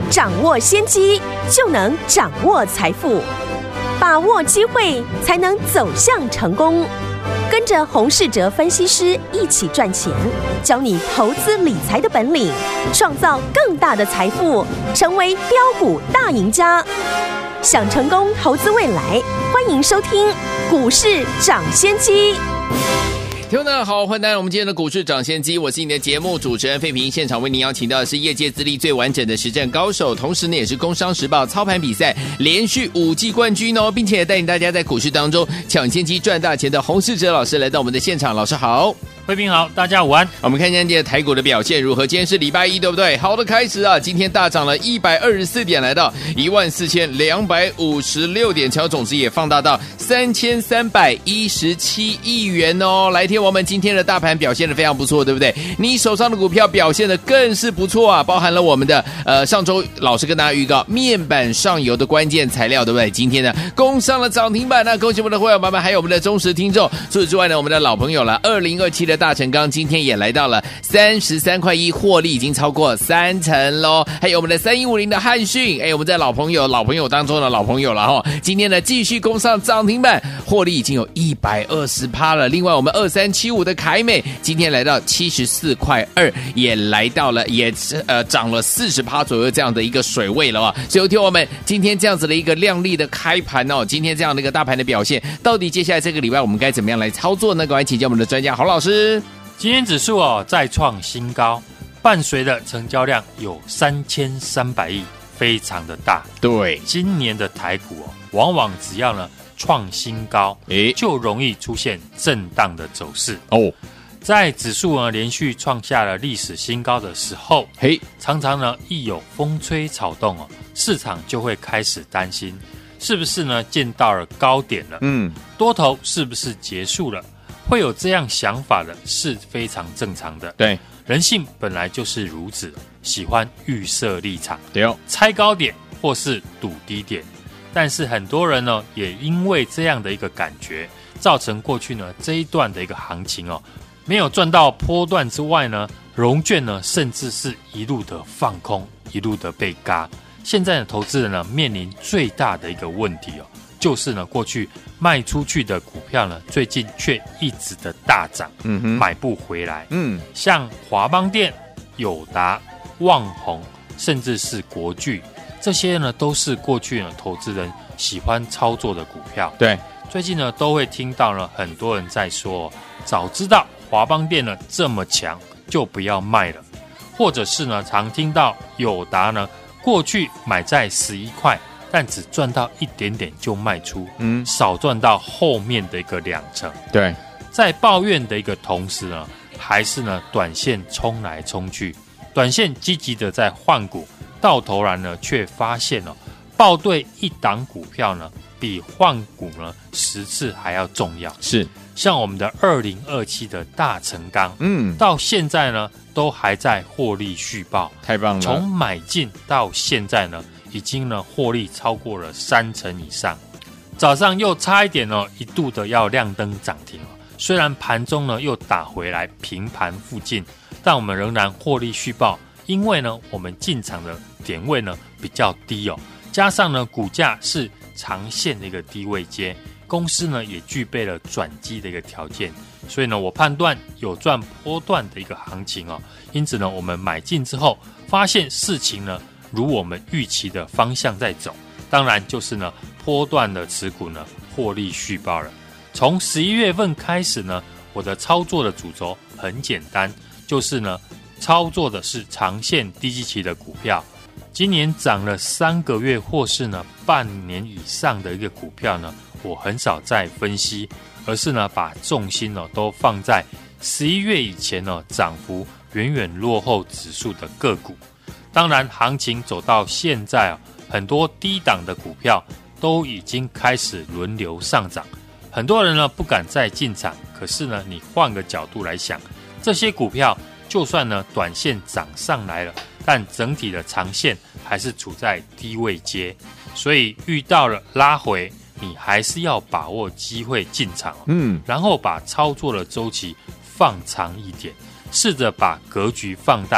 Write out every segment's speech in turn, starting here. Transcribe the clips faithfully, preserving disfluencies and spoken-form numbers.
掌握先机，就能掌握财富。把握机会，才能走向成功。跟着洪士哲分析师一起赚钱，教你投资理财的本领，创造更大的财富，成为标股大赢家。想成功投资未来，欢迎收听股市涨先机。 听众大家好，欢迎来到我们今天的股市涨先机，我是你的节目主持人费平。现场为您邀请到的是业界资历最完整的实战高手，同时呢也是工商时报操盘比赛连续五季冠军哦，并且带领大家在股市当中抢先机赚大钱的洪士哲老师来到我们的现场。老师好。 慧平好，大家午安。 我们看一下今天的台股的表现如何？今天是礼拜一，对不对？好的开始啊，今天大涨了一百二十四点，来到一万四千两百五十六点，成交总值也放大到三千三百一十七亿元哦。来听我们今天的大盘表现得非常不错，对不对？你手上的股票表现得更是不错啊，包含了我们的呃上周老师跟大家预告面板上游的关键材料，对不对？今天呢攻上了涨停板，那恭喜我们的会员朋友们，还有我们的忠实听众。除此之外呢，我们的老朋友了，二零二七的大成钢今天也来到了三十三块一，获利已经超过三成咯。还有我们的三一五零的汉讯，哎，我们在老朋友老朋友当中的老朋友了哈，今天呢继续攻上涨停板，获利已经有 百分之二十 了。另外我们二三七五的凯美今天来到七十四块二，也来到了也呃涨了 百分之四十 左右这样的一个水位了啊。所以听我们今天这样子的一个亮丽的开盘哦，今天这样的一个大盘的表现，到底接下来这个礼拜我们该怎么样来操作呢？赶快请教我们的专家洪老师。 今天指数哦再创新高，伴随的成交量有三千三百亿，非常的大。 对， 今年的台股哦，往往只要呢创新高，诶，就容易出现震荡的走势哦。在指数呢连续创下了历史新高的时候，嘿，常常呢一有风吹草动哦，市场就会开始担心，是不是呢见到了高点了？嗯，多头是不是结束了？会有这样想法的是非常正常的。对，人性本来就是如此，喜欢预设立场，对哦，猜高点或是赌低点。但是很多人呢，也因为这样的一个感觉，造成过去呢这一段的一个行情哦，没有赚到波段之外呢，融券呢甚至是一路的放空，一路的被嘎。现在的投资人呢，面临最大的一个问题哦，就是呢过去卖出去的股票呢，最近却一直的大涨，嗯哼，买不回来。嗯，像华邦电、友达、旺宏，甚至是国巨。这些呢都是过去呢投资人喜欢操作的股票。对，最近呢都会听到呢很多人在说，早知道华邦电呢这么强，就不要卖了。或者是呢常听到友达呢过去买在十一块，但只赚到一点点就卖出，嗯，少赚到后面的一个两成。对，在抱怨的一个同时呢，还是呢短线冲来冲去，短线积极的在换股。到头来呢，却发现哦，抱对一档股票呢，比换股呢十次还要重要。是，像我们的二零二七的大成钢，嗯，到现在呢都还在获利续报，太棒了！从买进到现在呢，已经呢获利超过了三成以上。早上又差一点哦，一度的要亮灯涨停哦。虽然盘中呢又打回来平盘附近，但我们仍然获利续报。因为呢，我们进场的点位呢比较低哦，加上呢股价是长线的一个低位阶，公司呢也具备了转机的一个条件，所以呢我判断有赚波段的一个行情哦，因此呢我们买进之后，发现事情呢如我们预期的方向在走，当然就是呢波段的持股呢获利续报了。从十一月份开始呢，我的操作的主轴很简单，就是呢。操作的是长线低基期的股票，今年涨了三个月或是呢半年以上的一个股票呢，我很少再分析，而是呢把重心呢都放在十一月以前呢涨幅远远落后指数的个股。当然，行情走到现在啊，很多低档的股票都已经开始轮流上涨，很多人呢不敢再进场，可是呢你换个角度来想，这些股票。就算呢短线涨上来了，但整体的长线还是处在低位阶，所以遇到了拉回，你还是要把握机会进场，哦，嗯，然后把操作的周期放长一点，试着把格局放大，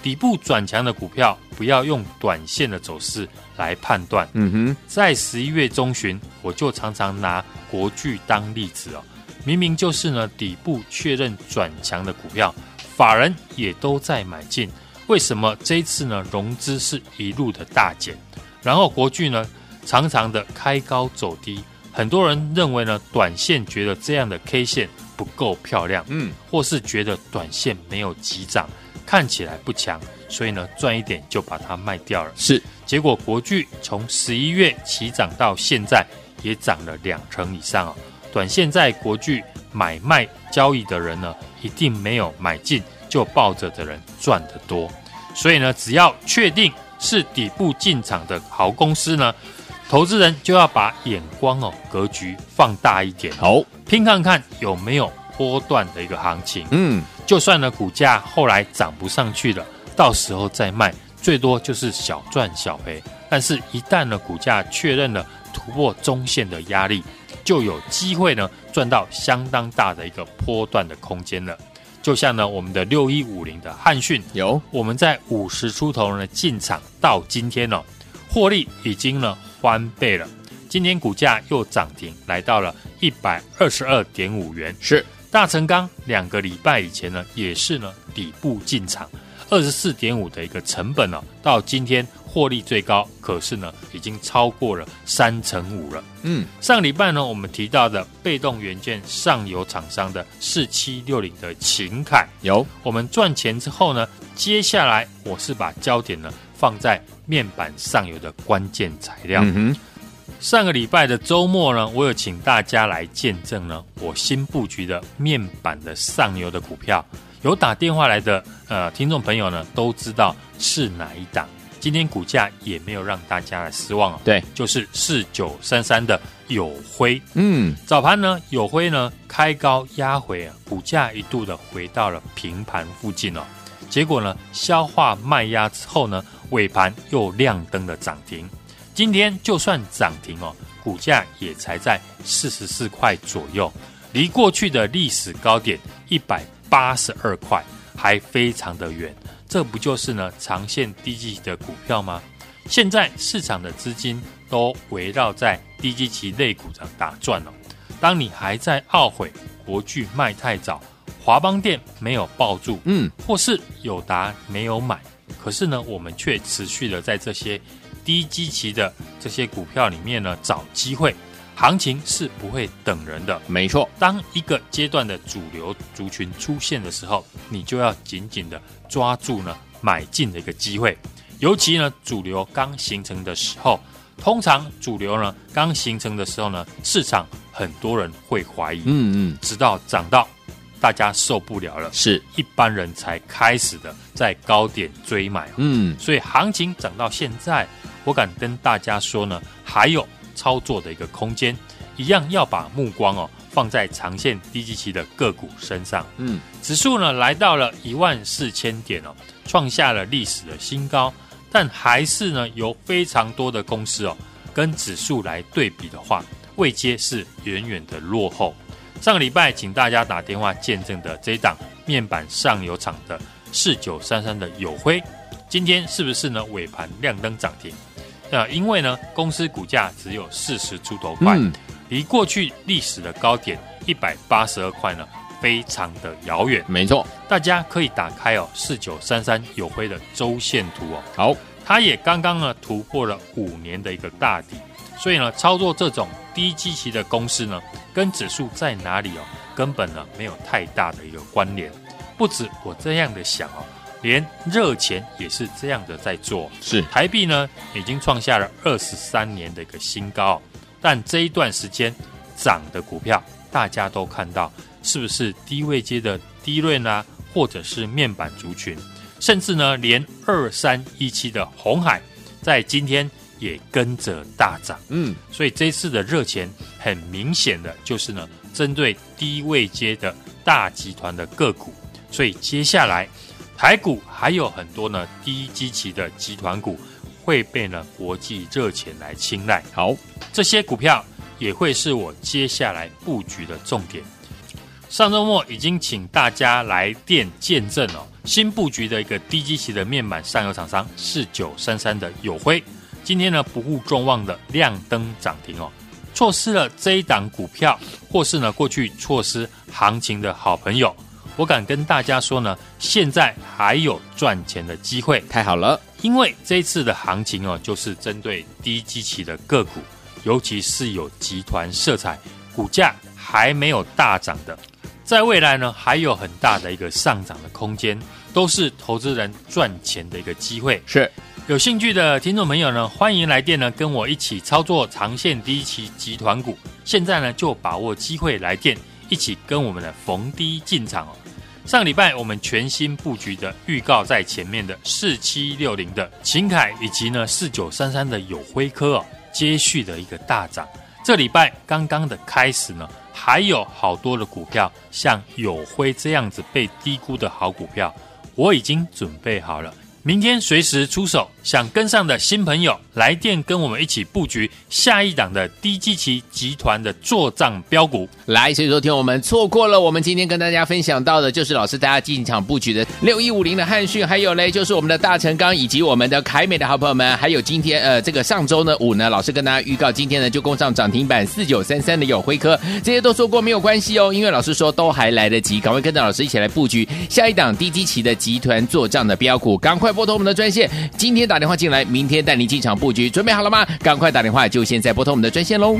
底部转强的股票不要用短线的走势来判断。 嗯哼， 在十一月中旬，我就常常拿国巨当例子哦，明明就是呢底部确认转强的股票，法人也都在买进，为什么这一次呢融资是一路的大减，然后国巨呢常常的开高走低，很多人认为呢短线觉得这样的 K 线不够漂亮，嗯，或是觉得短线没有急涨，看起来不强，所以呢赚一点就把它卖掉了。 是， 结果国巨从十一月起涨到现在也涨了两成以上哦。短线在国巨买卖交易的人呢，一定没有买进就抱着的人赚得多。所以呢，只要确定是底部进场的好公司呢，投资人就要把眼光哦格局放大一点， 好拼看看有没有波段的一个行情。 嗯， 就算呢股价后来涨不上去了，到时候再卖，最多就是小赚小赔。但是一旦呢股价确认了突破中线的压力，就有机会呢赚到相当大的一个波段的空间了。就像呢我们的六一五零的汉讯，有我们在五十出头呢进场，到今天哦获利已经呢翻倍了。今天股价又涨停，来到了一百二十二点五元。 是， 大成钢两个礼拜以前呢，也是呢底部进场，二十四点五的一个成本呢、哦，到今天获利最高，可是呢已经超过了三成五了。嗯，上礼拜呢我们提到的被动元件上游厂商的四七六零的勤凯，有我们赚钱之后呢，接下来我是把焦点呢放在面板上游的关键材料。嗯哼。上个礼拜的周末呢，我有请大家来见证呢，我新布局的面板的上游的股票，有打电话来的呃听众朋友呢，都知道是哪一档。今天股价也没有让大家来失望哦，对，就是四九三三的友辉。嗯，早盘呢，友辉呢开高压回啊，股价一度的回到了平盘附近哦，结果呢消化卖压之后呢，尾盘又亮灯的涨停。今天就算涨停哦，股价也才在四十四块左右，离过去的历史高点一百八十二块还非常的远。这不就是呢长线低基期的股票吗？现在市场的资金都围绕在低基期类股上打转了。当你还在懊悔国巨卖太早，华邦电没有抱住，嗯，或是友达没有买，可是呢，我们却持续的在这些低基期的这些股票里面呢找机会，行情是不会等人的。 没错， 当一个阶段的主流族群出现的时候，你就要紧紧的抓住呢买进的一个机会。尤其呢主流刚形成的时候，通常主流呢刚形成的时候呢，市场很多人会怀疑，嗯嗯，直到涨到大家受不了了，是一般人才开始的在高点追买。嗯，所以行情涨到现在，我敢跟大家说呢，还有操作的一个空间，一样要把目光哦放在长线低基期的个股身上。嗯，指数呢来到了一万四千点哦，创下了历史的新高，但还是呢有非常多的公司哦跟指数来对比的话，位阶是远远的落后。上个礼拜请大家打电话见证的这一档面板上游厂的四九三三的友辉，今天是不是呢尾盘亮灯涨停？呃，因为呢公司股价只有四十出头块，嗯，离过去历史的高点一百八十二块呢非常的遥远。 没错， 大家可以打开哦四九三三友辉的周线图哦。 好， 它也刚刚呢突破了五年的一个大底，所以呢操作这种低基期的公司呢，跟指数在哪里哦，根本呢没有太大的一个关联。不止我这样的想哦，连热钱也是这样的在做。是，台币呢已经创下了二十三年的一个新高，但这一段时间涨的股票，大家都看到是不是低位阶的低润啊，或者是面板族群，甚至呢连二三一七的鸿海在今天也跟着大涨。嗯，所以这次的热钱很明显的就是呢针对低位阶的大集团的个股，所以接下来台股还有很多呢低基期的集团股会被呢国际热钱来青睐。好，这些股票也会是我接下来布局的重点。上周末已经请大家来电见证哦， 新布局的一个低基期的面板上游厂商四九三三的友辉，今天呢不负众望的亮灯涨停哦，错失了这一档股票，或是呢过去错失行情的好朋友，我敢跟大家说呢，现在还有赚钱的机会。 太好了， 因为这一次的行情哦，就是针对低基期的个股，尤其是有集团色彩，股价还没有大涨的，在未来呢还有很大的一个上涨的空间，都是投资人赚钱的一个机会。 是有兴趣的听众朋友呢，欢迎来电呢，跟我一起操作长线低期集团股。现在呢，就把握机会来电，一起跟我们的逢低进场哦。上个礼拜我们全新布局的预告在前面的四七六零的秦凯，以及呢四九三三的友辉科哦，接续的一个大涨。这礼拜刚刚的开始呢，还有好多的股票，像友辉这样子被低估的好股票，我已经准备好了。明天随时出手，想跟上的新朋友来电跟我们一起布局下一档的低基期集团的作账标股。 来，所以说听我们错过了我们今天跟大家分享到的就是老师大家进场布局的六一五零的汉讯，还有嘞就是我们的大成钢以及我们的凯美的好朋友们，还有今天呃这个上周呢五呢老师跟大家预告今天呢就攻上涨停板四九三三的友辉科，这些都说过没有关系哦，因为老师说都还来得及，赶快跟着老师一起来布局下一档低基期的集团作账的标股，赶快拨通我们的专线，今天打电话进来，明天带您进场布局，准备好了吗？赶快打电话，就现在拨通我们的专线喽。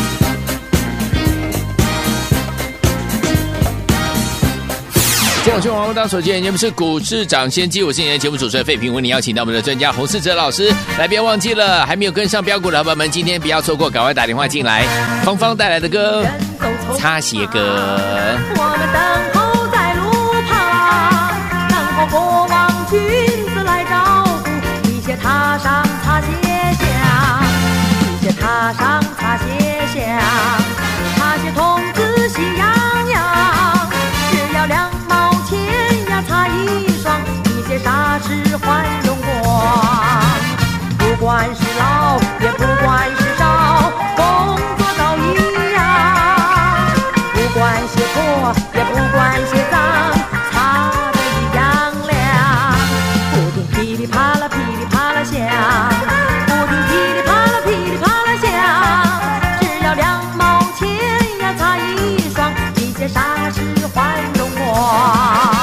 今晚去王文当手机的节目是股市涨先机，我是你的节目主持人费平，为你邀请到我们的专家洪士哲老师来，别忘记了还没有跟上标股的伙伴们，今天不要错过，赶快打电话进来。芳芳带来的歌擦鞋歌， 我们等候在路旁，等候过往君子来照顾，一鞋踏上擦鞋香，一鞋踏上擦鞋香，擦鞋童子喜洋洋，只要两毛钱呀擦一双，一鞋纱质换荣光。不管是老也不管是少，工作都一样，不管鞋破也不管鞋脏，擦得一样亮，不停噼里啪啦噼里啪啦响，不停噼里啪啦噼里啪啦响，只要两毛钱呀擦一双，一鞋纱质换荣光。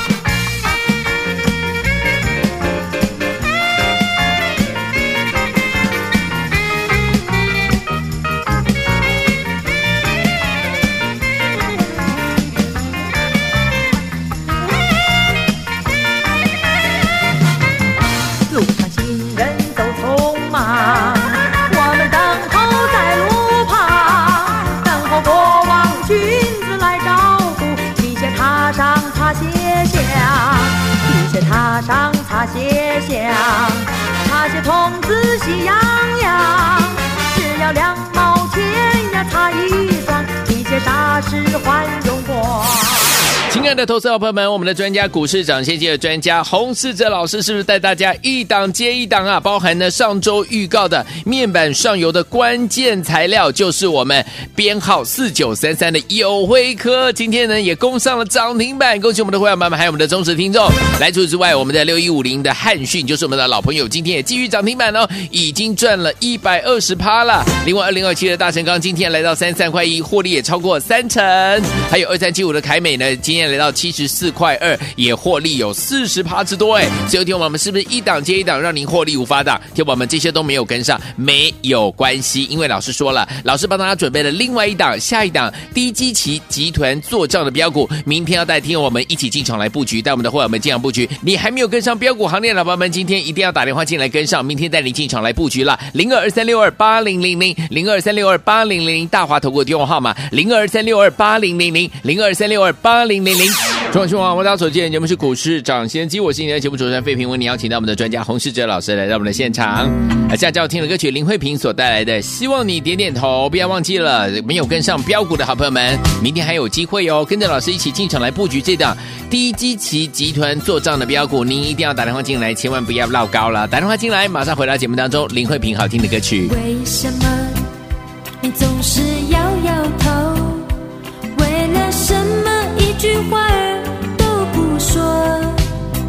踏上擦鞋香，擦鞋童子喜洋洋，只要两毛钱呀擦一双，一鞋纱质换荣光。 亲爱的投资者朋友们，我们的专家股市涨先机的专家洪士哲老师是不是带大家一档接一档啊？包含呢上周预告的面板上游的关键材料，就是我们编号四九三三的友辉科，今天呢也攻上了涨停板，恭喜我们的会员朋友们，还有我们的忠实听众。来，除此之外，我们的六一五零的汉讯，就是我们的老朋友，今天也继续涨停板哦，已经赚了一百二十趴了。另外，二零二七的大成钢今天来到三十三块一，获利也超过三成。还有二三七五的凯美呢，今天来到七十四块二，也获利有四十趴之多哎。所以，听我们是不是一档接一档，让您获利无法挡？听我们这些都没有跟上，没有关系，因为老师说了，老师帮大家准备了另外一档、下一档低基期集团作账的标股，明天要带听我们一起进场来布局，带我们的伙伴们进场布局。你还没有跟上标股行列的老伙伴们，今天一定要打电话进来跟上，明天带你进场来布局了。零二二三六二八零零零，零二三六二八零零零，大华投顾电话号码零二三六二八零零零，零二三六二八零零零。中广新闻网，我打手机的节目是股市涨先机，我是你的节目主持人费平，为你邀请到我们的专家洪士哲老师来到我们的现场。而下叫听的歌曲林慧萍所带来的，希望你点点头，不要忘记了，没有跟上标股的好朋友们，明天还有机会哦，跟着老师一起进场来布局这档低基期集团做账的标股，您一定要打电话进来，千万不要落高了，打电话进来，马上回到节目当中，林慧萍好听的歌曲。 为什么你总是摇摇头？为了什么一句话儿都不说？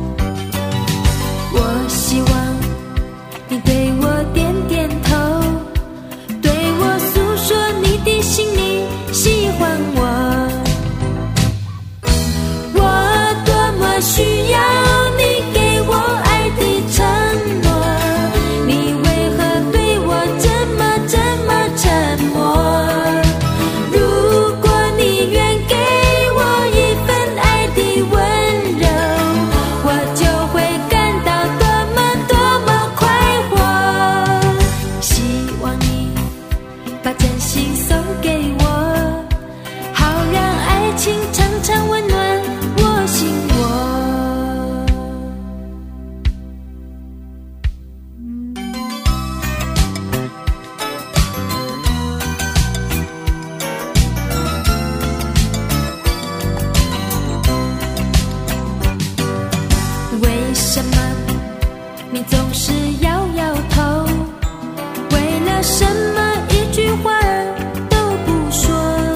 你对我点点头，对我诉说你的心，你喜欢我，我多么需要你给我爱的承诺，你为何对我这么这么沉默？如果你愿给我一份爱的温柔，我就会感到多么多么快活。希望你把真心送给我，好让爱情常常温暖我心窝。为什么你总是摇摇头？为了什么一句话儿都不说？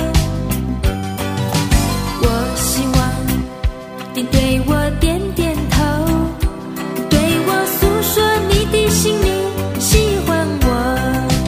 我希望你对我点点头，对我诉说你的心，你喜欢我，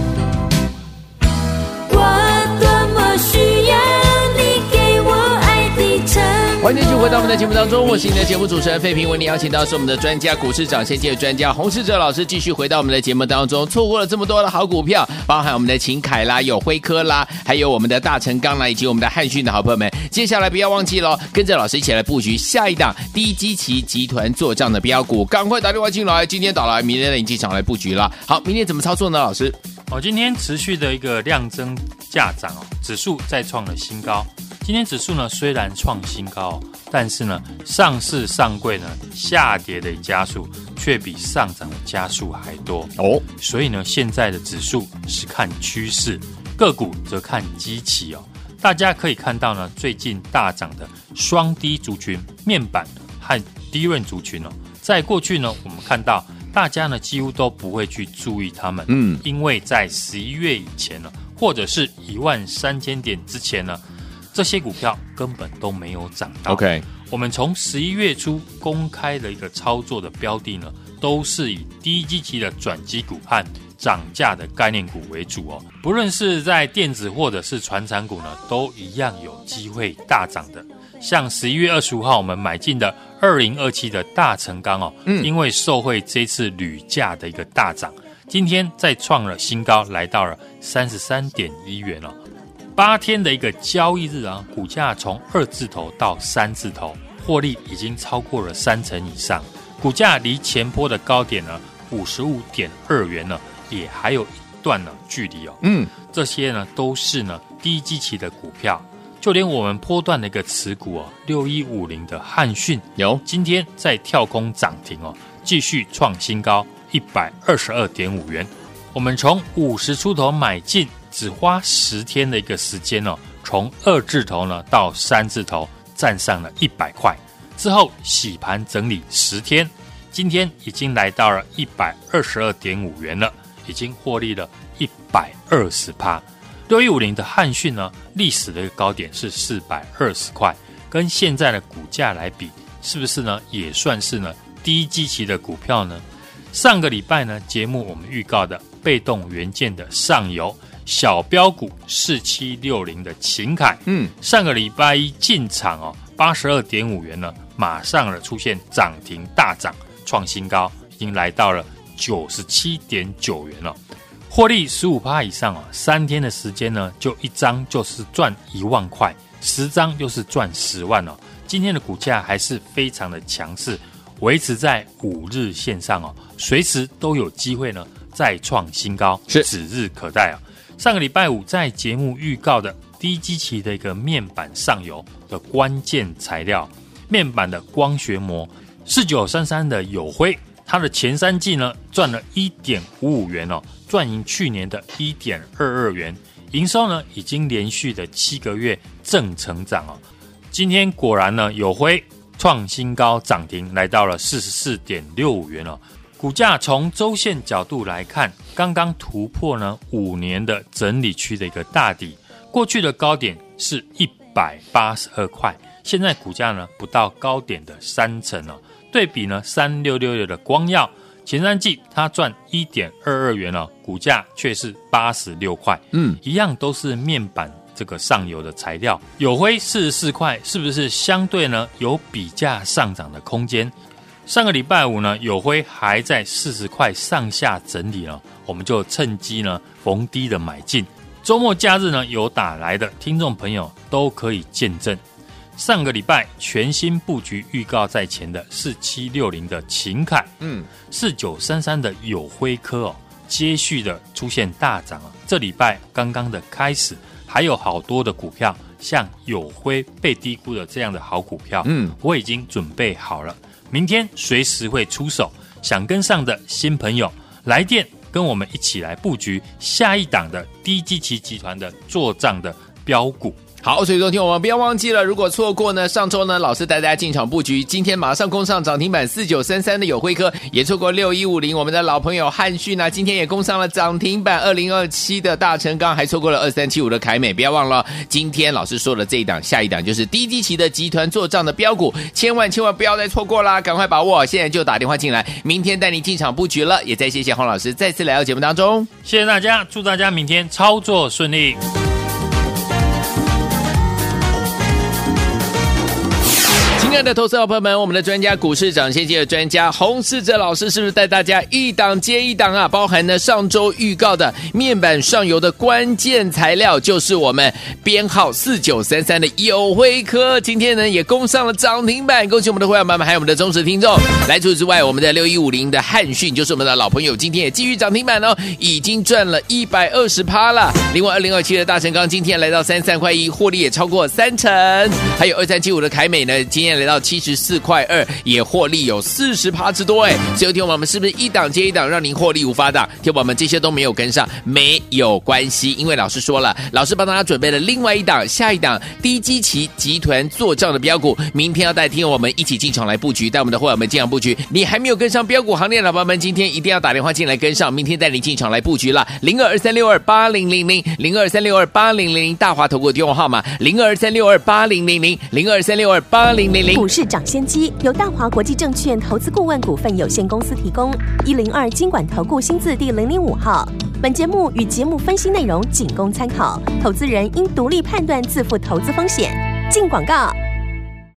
我多么需要你给我爱的承诺。 欢迎继续回到我们的节目当中，我是你的节目主持人费平，为你邀请到是我们的专家股市涨先机的专家洪士哲老师，继续回到我们的节目当中。错过了这么多的好股票，包含我们的秦凯啦，有辉科啦，还有我们的大成钢啦，以及我们的汉讯的好朋友们，接下来不要忘记了，跟着老师一起来布局下一档低基期集团做账的标股，赶快打电话进来，今天打来，明天的进场来布局了。好，明天怎么操作呢？老师， 哦，今天持续的一个量增价涨哦，指数再创了新高。今天指数呢虽然创新高，但是呢上市上柜呢下跌的家数却比上涨的家数还多哦，所以呢现在的指数是看趋势，个股则看基期哦。大家可以看到呢，最近大涨的双低族群、面板和低润族群哦，在过去呢我们看到大家呢几乎都不会去注意它们，嗯，因为在十一月以前呢，或者是一万三千点之前呢，这些股票根本都没有涨到。 OK， 我们从十一月初公开的一个操作的标的呢，都是以低基期的转机股和涨价的概念股为主哦。不论是在电子或者是传产股呢，都一样有机会大涨的。像十一月二十五号我们买进的二零二七的大成钢哦，嗯，因为受惠这次铝价的一个大涨，今天再创了新高，来到了三十三点一元哦。八天的一个交易日啊，股价从二字头到三字头，获利已经超过了三成以上。股价离前波的高点呢，五十五点二元呢，也还有一段呢距离哦。嗯，这些呢都是呢低基期的股票，就连我们波段的一个持股哦，六一五零的汉讯有今天在跳空涨停哦，继续创新高一百二十二点五元。我们从五十出头买进。只花十天的一个时间哦，从二字头呢到三字头站上了一百块，之后洗盘整理十天，今天已经来到了一百二十二点五元了，已经获利了一百二十趴。六一五零的汉讯呢，历史的一个高点是四百二十块，跟现在的股价来比，是不是呢也算是呢低基期的股票呢？上个礼拜呢节目我们预告的被动元件的上游小标股四七六零的秦凯，嗯，上个礼拜一进场哦，八十二点五元呢，马上了出现涨停大涨，创新高，已经来到了九十七点九元了，获利十五趴以上哦，三天的时间呢，就一张就是赚一万块，十张就是赚十万哦。今天的股价还是非常的强势，维持在五日线上哦，随时都有机会呢再创新高，是指日可待啊。上个礼拜五在节目预告的低基期的一个面板上游的关键材料，面板的光学膜四九三三的友辉，它的前三季呢赚了 一点五五元哦，赚赢去年的 一点二二元，营收呢已经连续的七个月正成长哦。今天果然呢友辉创新高涨停，来到了 四十四点六五元哦。股价从周线角度来看，刚刚突破呢五年的整理区的一个大底，过去的高点是一百八十二块，现在股价呢不到高点的三成哦。对比呢三六六六的光耀， 前三季它赚 一点二二元哦，股价却是八十六块，嗯，一样都是面板这个上游的材料。友辉四十四块，是不是相对呢有比价上涨的空间？上个礼拜五呢，友辉还在四十块上下整理了，我们就趁机呢逢低的买进。周末假日呢有打来的听众朋友都可以见证，上个礼拜全新布局预告在前的四七六零的秦凯，嗯，四九三三的友辉科哦，接续的出现大涨啊。这礼拜刚刚的开始，还有好多的股票，像友辉被低估的这样的好股票，嗯，我已经准备好了。明天随时会出手，想跟上的新朋友来电跟我们一起来布局下一档的低基期集团的做账的标股。 好，所以昨天我们不要忘记了，如果错过呢，上周呢老师带大家进场布局，今天马上攻上涨停板四九三三的友辉科，也错过六一五零我们的老朋友汉讯呢，今天也攻上了涨停板二零二七的大成钢，还错过了二三七五的凯美，不要忘了，今天老师说的这一档下一档就是低基期的集团做账的标股，千万千万不要再错过啦，赶快把握，现在就打电话进来，明天带你进场布局了。也再谢谢黄老师再次来到节目当中， 谢谢大家，祝大家明天操作顺利。 亲爱的投资好朋友们，我们的专家股市涨先机的专家洪士哲老师是不是带大家一档接一档啊？包含呢上周预告的面板上游的关键材料，就是我们编号四九三三的友辉科，今天呢也攻上了涨停板，恭喜我们的会员朋友们还有我们的忠实听众。来除此之外，我们的六一五零的汉讯就是我们的老朋友，今天也继续涨停板哦，已经赚了 一百二十趴 了。另外二零二七的大成钢今天来到三十三块一，获利也超过三成。还有二三七五的凯美呢，今天来到七十四块二，也获利有 百分之四十 之多哎！所以听我们是不是一档接一档，让您获利无法挡？听我们这些都没有跟上，没有关系，因为老师说了，老师帮大家准备了另外一档、下一档低基期集团做账的标股，明天要带听我们一起进场来布局，带我们的伙伴们进场布局。你还没有跟上标股行列的老伙伴们，今天一定要打电话进来跟上，明天带你进场来布局了。零二二三六二八零零零零二三六二八零零零大华投顾电话号码零二三六二八零零零零二三六二八零零零。 股市涨先机由大华国际证券投资顾问股份有限公司提供，一零二金管投顾新字第零零五号。本节目与节目分析内容仅供参考，投资人应独立判断，自负投资风险。进广告。